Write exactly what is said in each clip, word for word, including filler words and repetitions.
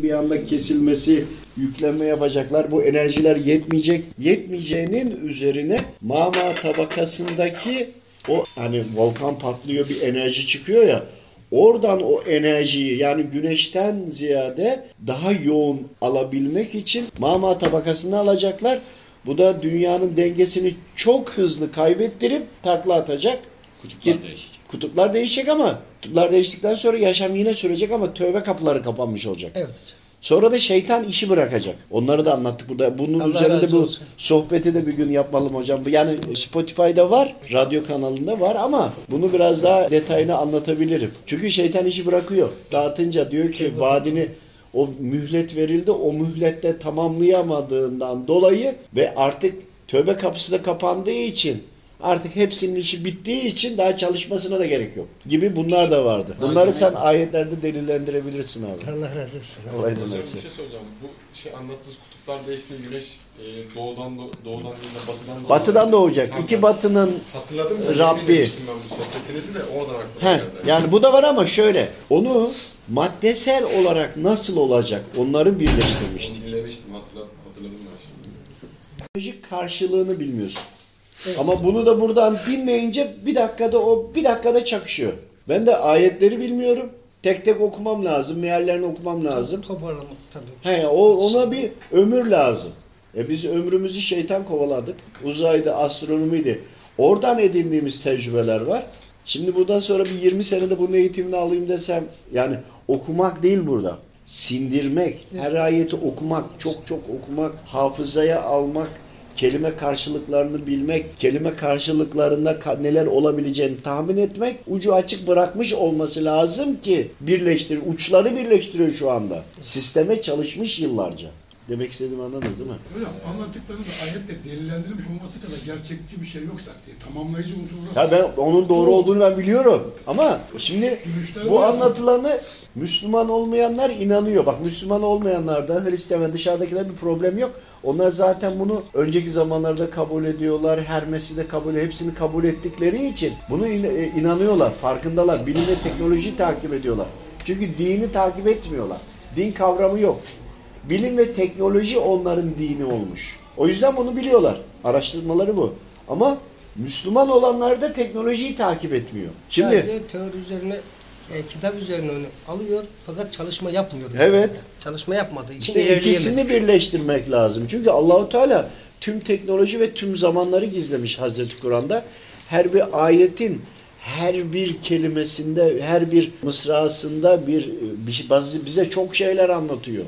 Bir anda kesilmesi, yüklenme yapacaklar. Bu enerjiler yetmeyecek. Yetmeyeceğinin üzerine mama tabakasındaki o hani volkan patlıyor, bir enerji çıkıyor ya. Oradan o enerjiyi, yani güneşten ziyade daha yoğun alabilmek için mama tabakasını alacaklar. Bu da dünyanın dengesini çok hızlı kaybettirip takla atacak. Kutuplar değişecek. Kutuplar değişecek ama kutuplar değiştikten sonra yaşam yine sürecek ama tövbe kapıları kapanmış olacak. Evet hocam. Sonra da şeytan işi bırakacak. Onları da anlattık burada. Bunun Allah üzerinde bu olsun. sohbeti de bir gün yapalım hocam. Yani Spotify'da var, radyo kanalında var ama bunu biraz daha detayını anlatabilirim. Çünkü şeytan işi bırakıyor. Dağıtınca diyor ki vaadini, o mühlet verildi, o mühlette tamamlayamadığından dolayı ve artık tövbe kapısı da kapandığı için, artık hepsinin işi bittiği için daha çalışmasına da gerek yok gibi bunlar da vardı. Bunları sen ayetlerde delillendirebilirsin abi. Allah razı olsun. Allah izin Hocam versin. bir şey soracağım. Bu şey anlattığınız kutuplar değişti, güneş e, doğudan do doğudan değil de batıdan doğacak. Batıdan doğacak. Tamam, İki ben batının hatırladım da Rabbi. demiştim ben bu sohbetinizi de oradan aklıma Heh, geldi. yani bu da var ama şöyle. Onu maddesel olarak nasıl olacak? Onları birleştirmiştik. Onu dinlemiştim, hatırladım, hatırladım ben şimdi. Teknolojik karşılığını bilmiyorsun. Evet. Ama bunu da buradan dinleyince bir dakikada o bir dakikada çakışıyor. Ben de ayetleri bilmiyorum. Tek tek okumam lazım. Meallerini okumam lazım. Toparlamak tabii. He, o ona bir ömür lazım. E biz ömrümüzü şeytan kovaladık. Uzaydı, astronomiydi. Oradan edindiğimiz tecrübeler var. Şimdi bundan sonra bir yirmi senede bunun eğitimini alayım desem, yani okumak değil burada. Sindirmek, her ayeti okumak, çok çok okumak, hafızaya almak, kelime karşılıklarını bilmek, kelime karşılıklarında neler olabileceğini tahmin etmek, ucu açık bırakmış olması lazım ki birleştir, uçları birleştiriyor şu anda. Sisteme çalışmış yıllarca. Demek istediğimi anladınız değil mi? Hocam anlattıklarınız ayetle delillendirilmiş olması kadar gerçekçi bir şey yoksa diye tamamlayıcı unsur. Ya ben onun doğru olduğunu ben biliyorum. Ama şimdi bu anlatılanı Müslüman olmayanlar inanıyor. Bak, Müslüman olmayanlar da, Hristiyan ve dışarıdakiler bir problem yok. Onlar zaten bunu önceki zamanlarda kabul ediyorlar. Hermes'i de kabul, hepsini kabul ettikleri için bunu inanıyorlar, farkındalar. Bilim ve teknolojiyi takip ediyorlar. Çünkü dini takip etmiyorlar. Din kavramı yok. Bilim ve teknoloji onların dini olmuş. O yüzden bunu biliyorlar. Araştırmaları bu. Ama Müslüman olanlar da teknolojiyi takip etmiyor. Şimdi sadece teori üzerine, e, kitap üzerine onu alıyor fakat çalışma yapmıyor. Evet. Çalışma yapmadığı için İşte ikisini birleştirmek lazım. Çünkü Allahu Teala tüm teknoloji ve tüm zamanları gizlemiş Hazreti Kur'an'da. Her bir ayetin her bir kelimesinde, her bir mısrasında bir, bir bazı bize çok şeyler anlatıyor.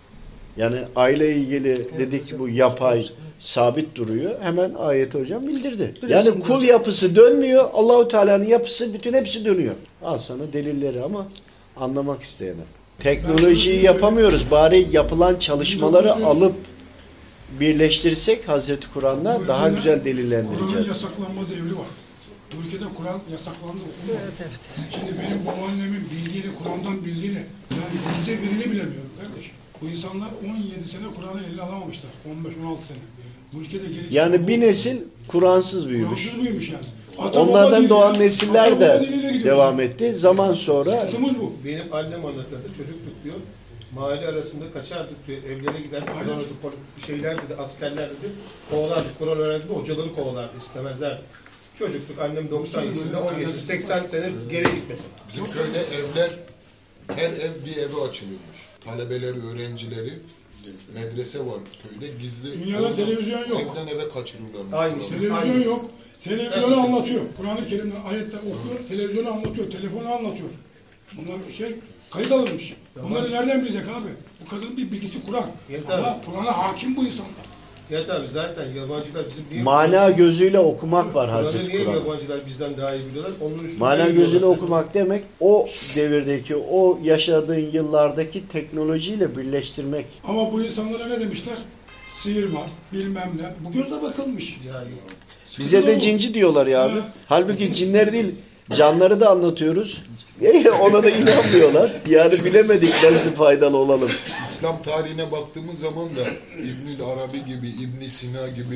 Yani aile ilgili evet, dedik hocam, bu yapay sabit duruyor. Hemen ayeti hocam bildirdi. Yani Resim kul hocam. yapısı dönmüyor. Allahu Teala'nın yapısı, bütün hepsi dönüyor. Al sana delilleri ama anlamak isteyene. Teknolojiyi yapamıyoruz. Bari yapılan çalışmaları alıp birleştirsek Hazreti Kur'an'la daha güzel delillendireceğiz. Kur'an'ın yasaklanma devri var. Bu ülkede Kur'an yasaklandı. Evet, evet. Şimdi benim babaannemin bildiğini, Kur'an'dan bildiğini, yani yüzde birini bilemiyorum kardeşim. Bu insanlar on yedi sene Kur'an'ı eline alamamışlar. on beş on altı sene. Bu ülkede gelip yani bir nesil Kur'ansız büyümüş. Kur'ansız büyümüş yani. Ata onlardan doğan ya. nesiller de devam etti. Zaman sonra sıkıntımız bu. Benim annem anlatırdı. Çocuktuk diyor. Mahalle arasında kaçardık diyor. Evlere giderdik. Kur'an öğretip bir şeyler dedi. Askerler dedi. Kovalardık. Kur'an öğrendi. Hocaları kovalardı. İstemezlerdi. Çocuktuk. Annem doksan yaşında. on yaşında. seksen sene geri gitmesin. Bizim köyde evler, her ev bir eve açılıyormuş. Talebeleri, öğrencileri, medrese var köyde, gizli. Dünyada televizyon yok. Evden eve kaçırıyorlar. Aynı. Televizyon Aynı. yok. Televizyonu anlatıyor. Kur'an-ı Kerim'de ayetler okuyor, televizyonu anlatıyor, telefonu anlatıyor. Bunlar şey, kayıt alınmış. Bunları nereden bilecek abi? Bu kadının bir bilgisi Kur'an. Ama Kur'an'a hakim bu insanlar. Ya tabii zaten yabancılar bizim niye... mana gözüyle okumak var Kur'an'ı Hazreti niye Kur'an. yabancılar bizden daha iyi biliyorlar? Onun üstünde Mana iyi gözüyle biliyorlar. okumak demek o devirdeki, o yaşadığın yıllardaki teknolojiyle birleştirmek. Ama bu insanlara ne demişler? Sihirbaz, bilmem ne. Bu gözle bakılmış. Yani. Bize de bu. cinci diyorlar ya abi. Evet. Halbuki cinler değil, Canları da anlatıyoruz. E, ona da inanmıyorlar. Yani bilemedik nasıl faydalı olalım. İslam tarihine baktığımız zaman da İbnül Arabi gibi, İbn Sina gibi,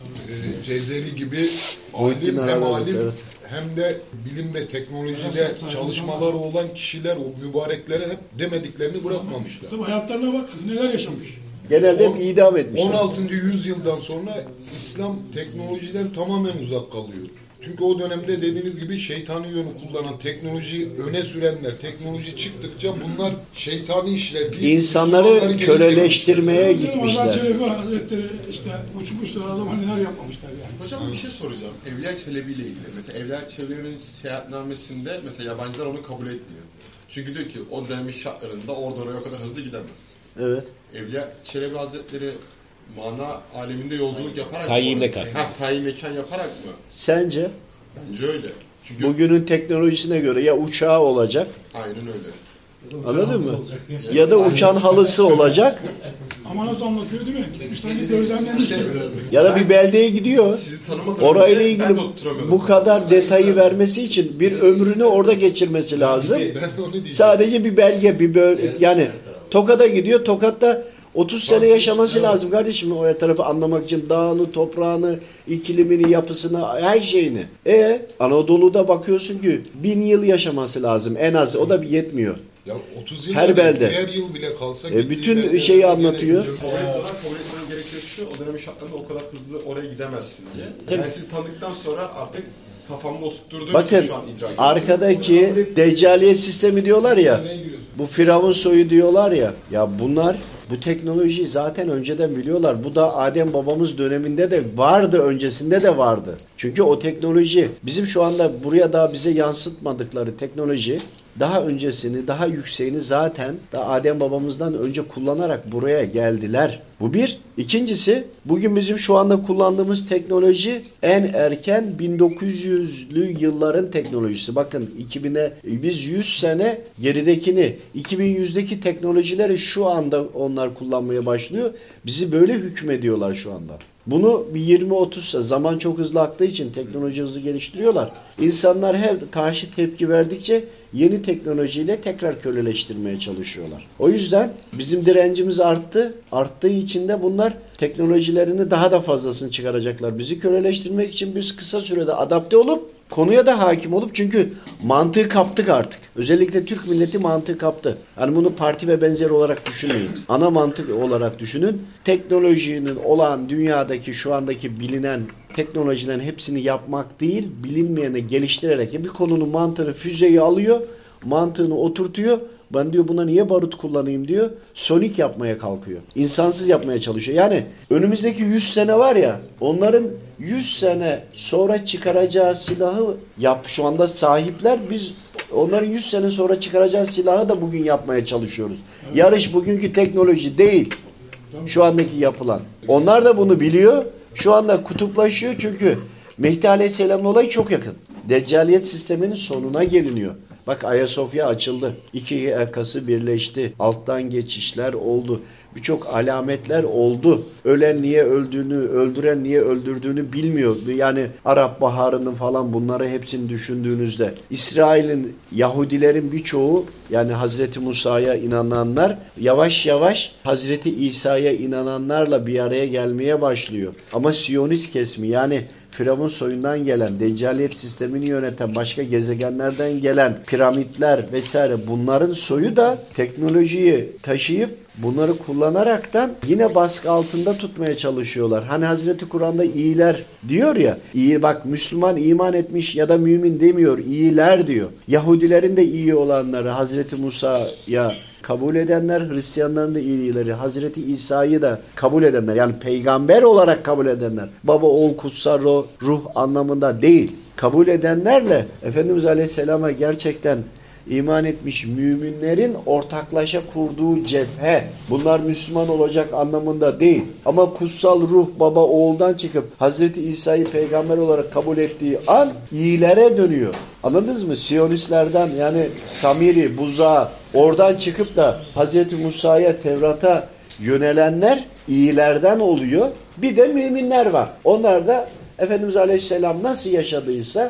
e, Cezeri gibi alim, hem alim evet. hem de bilim ve teknolojide çalışmaları olan kişiler o mübareklere hep demediklerini bırakmamışlar. Tabii hayatlarına bak neler yaşamış. Genelde hep idam etmişler. on altıncı yüzyıldan sonra İslam teknolojiden tamamen uzak kalıyor. Çünkü o dönemde dediğiniz gibi şeytani yönü kullanan, teknolojiyi öne sürenler, teknoloji çıktıkça bunlar şeytani işler değil. İnsanları köleleştirmeye Canım, Hazreti gitmişler. Çelebi Hazretleri işte uçmuşlar adama neler yapmamışlar yani. Hocam bir şey soracağım. Evliya Çelebi ile ilgili. Mesela Evliya Çelebi'nin seyahatnamesinde mesela yabancılar onu kabul etmiyor. Çünkü diyor ki o dönemin şartlarında orada oraya o kadar hızlı gidemez. Evet. Evliya Çelebi Hazretleri mana aleminde yolculuk yaparak Tayyin mı? mekan. Ha, tayyin mekan yaparak mı? Sence? Bence öyle. Çünkü Bugünün teknolojisine göre ya uçağı olacak, aynen öyle. anladın mı? Ya da uçan halısı olacak, Ama nasıl anlatıyor değil mi? Gitmiş sanki gözlemlemiş İşte, gibi. ya da bir beldeye gidiyor. sizi tanımadan Orayla önce ilgili ben de oturamıyordum. bu kadar detayı vermesi için bir ömrünü orada geçirmesi lazım. Ben de onu diyeceğim. Sadece bir belge, bir böl yani Tokat'a gidiyor. Tokat'ta otuz sene yaşaması lazım kardeşim o her tarafı anlamak için. Dağını, toprağını, iklimini, yapısını, her şeyini. E Anadolu'da bakıyorsun ki bin yıl yaşaması lazım en az. O da bir yetmiyor. Ya otuz yıl Her değil, belde. birer yıl bile kalsa E, bütün gittiğinde- şeyi anlatıyor. Kabul etmeden kabul etmenin gerekçesi şu, o dönemin şartlarında o kadar hızlı oraya gidemezsin diye. Ben sizi tanıdıktan sonra artık kafamda oturtturduğum Bakın için şu an idrak ediyorum. arkadaki deccaliye sistemi diyorlar ya, bu Firavun soyu diyorlar ya, ya bunlar bu teknolojiyi zaten önceden biliyorlar. Bu da Adem babamız döneminde de vardı, öncesinde de vardı. Çünkü o teknoloji bizim şu anda buraya daha bize yansıtmadıkları teknoloji daha öncesini, daha yükseğini zaten da Adem babamızdan önce kullanarak buraya geldiler. Bu bir. İkincisi, bugün bizim şu anda kullandığımız teknoloji en erken bin dokuz yüzlü yılların teknolojisi. Bakın iki bine biz yüz sene geridekini, iki bin yüzdeki teknolojileri şu anda onlar kullanmaya başlıyor. Bizi böyle hükmediyorlar şu anda. Bunu bir yirmi otuz zaman çok hızlı aktığı için teknoloji hızlı geliştiriyorlar. İnsanlar her karşı tepki verdikçe yeni teknolojiyle tekrar köleleştirmeye çalışıyorlar. O yüzden bizim direncimiz arttı. Arttığı için de bunlar teknolojilerini daha da fazlasını çıkaracaklar. Bizi köleleştirmek için biz kısa sürede adapte olup konuya da hakim olup çünkü mantığı kaptık artık. Özellikle Türk milleti mantığı kaptı. Yani bunu parti ve benzeri olarak düşünmeyin. Ana mantık olarak düşünün. Teknolojinin olan dünyadaki şu andaki bilinen teknolojilerin hepsini yapmak değil, bilinmeyeni geliştirerek bir konunun mantığını, füzeyi alıyor, mantığını oturtuyor. Ben diyor buna niye barut kullanayım diyor. Sonik yapmaya kalkıyor. İnsansız yapmaya çalışıyor. Yani önümüzdeki yüz sene var ya, onların yüz sene sonra çıkaracağı silahı yap. Şu anda sahipler, biz onların yüz sene sonra çıkaracağı silahı da bugün yapmaya çalışıyoruz. Yarış bugünkü teknoloji değil. Şu andaki yapılan. Onlar da bunu biliyor. Şu anda kutuplaşıyor çünkü Mehdi Aleyhisselam'ın olayı çok yakın. Deccaliyet sisteminin sonuna geliniyor. Bak Ayasofya açıldı. İki yakası birleşti. Alttan geçişler oldu. Birçok alametler oldu. Ölen niye öldüğünü, öldüren niye öldürdüğünü bilmiyor. Yani Arap Baharı'nın falan bunları hepsini düşündüğünüzde. İsrail'in, Yahudilerin birçoğu yani Hazreti Musa'ya inananlar yavaş yavaş Hazreti İsa'ya inananlarla bir araya gelmeye başlıyor. Ama Siyonist kesmi yani Firavun soyundan gelen, deccaliyet sistemini yöneten başka gezegenlerden gelen piramitler vesaire bunların soyu da teknolojiyi taşıyıp bunları kullanaraktan yine baskı altında tutmaya çalışıyorlar. Hani Hazreti Kur'an'da iyiler diyor ya, iyi bak Müslüman iman etmiş ya da mümin demiyor, iyiler diyor. Yahudilerin de iyi olanları Hazreti Musa'ya kabul edenler, Hristiyanların da iyileri, Hazreti İsa'yı da kabul edenler, yani peygamber olarak kabul edenler, baba, oğul, kutsal ruh, ruh anlamında değil, kabul edenlerle Efendimiz Aleyhisselam'a gerçekten iman etmiş müminlerin ortaklaşa kurduğu cephe. Bunlar Müslüman olacak anlamında değil. Ama kutsal ruh baba oğuldan çıkıp Hazreti İsa'yı peygamber olarak kabul ettiği an iyilere dönüyor. Anladınız mı? Siyonistlerden yani Samiri, Buza oradan çıkıp da Hazreti Musa'ya, Tevrat'a yönelenler iyilerden oluyor. Bir de müminler var. Onlar da Efendimiz Aleyhisselam nasıl yaşadıysa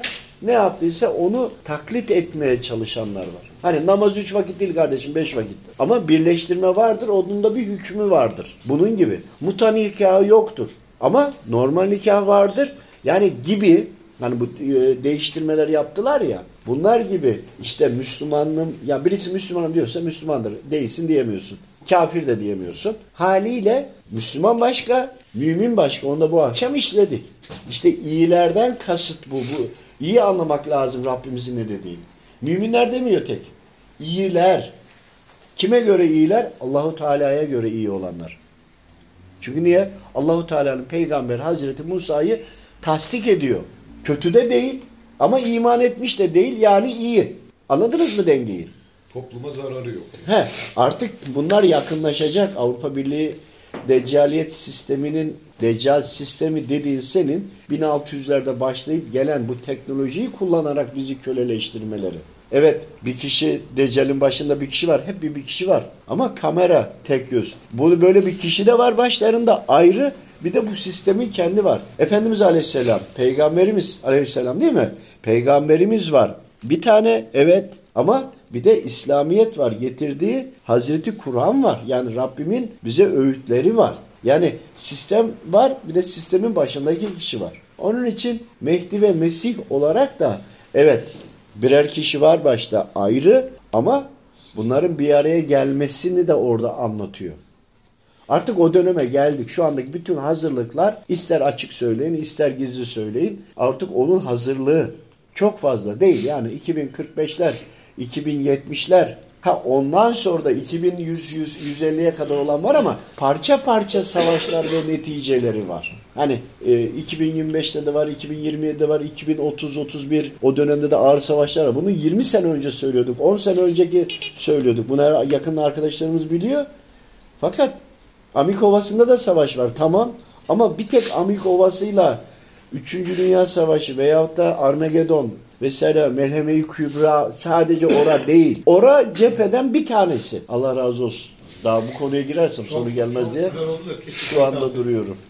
ne yaptıysa onu taklit etmeye çalışanlar var. Hani namaz üç vakit değil kardeşim, beş vakit. Ama birleştirme vardır, onun da bir hükmü vardır. Bunun gibi. Muta nikahı yoktur. Ama normal nikah vardır. Yani gibi, hani bu e, değiştirmeler yaptılar ya, bunlar gibi işte Müslümanlığım, ya birisi Müslümanım diyorsa Müslümandır, değilsin diyemiyorsun. Kafir de diyemiyorsun. Haliyle Müslüman başka, mümin başka. Onu da bu akşam işledik. İşte iyilerden kasıt bu. bu. İyi anlamak lazım Rabbimizin ne dediğini. Müminler demiyor tek. İyiler. Kime göre iyiler? Allahu Teala'ya göre iyi olanlar. Çünkü niye? Allahu Teala'nın peygamber Hazreti Musa'yı tasdik ediyor. Kötü de değil ama iman etmiş de değil, yani iyi. Anladınız mı dengeyi? Topluma zararı yok. He, artık bunlar yakınlaşacak. Avrupa Birliği Deccaliyet sisteminin, Deccal sistemi dediğin senin bin altı yüzlerde başlayıp gelen bu teknolojiyi kullanarak bizi köleleştirmeleri. Evet, bir kişi, Deccal'in başında bir kişi var, hep bir, bir kişi var. Ama kamera tek göz. Bu böyle bir kişi de var başlarında ayrı, bir de bu sistemin kendi var. Efendimiz Aleyhisselam, Peygamberimiz Aleyhisselam değil mi? Peygamberimiz var. Bir tane, evet, ama bir de İslamiyet var. Getirdiği Hazreti Kur'an var. Yani Rabbimin bize öğütleri var. Yani sistem var, bir de sistemin başındaki kişi var. Onun için Mehdi ve Mesih olarak da evet birer kişi var başta ayrı, ama bunların bir araya gelmesini de orada anlatıyor. Artık o döneme geldik. Şu andaki bütün hazırlıklar, ister açık söyleyin, ister gizli söyleyin, artık onun hazırlığı çok fazla değil. Yani iki bin kırk beşler, iki bin yetmişler, ha ondan sonra da iki bin yüz yüz elliye kadar olan var, ama parça parça savaşlar ve neticeleri var. Hani e, iki bin yirmi beşte de var, iki bin yirmi yedide var, iki bin otuz otuz bir, o dönemde de ağır savaşlar var. Bunu yirmi sene önce söylüyorduk, on sene önceki söylüyorduk. Bunu yakın arkadaşlarımız biliyor. Fakat Amik Ovası'nda da savaş var, tamam, ama bir tek Amik Ovası'yla Üçüncü Dünya Savaşı veyahut da Armagedon vesaire, Melheme-i Kübra sadece ora değil. Ora cepheden bir tanesi. Allah razı olsun. Daha bu konuya girersem sonu gelmez diye güzel oldu da keşke şu anda tavsiye- duruyorum.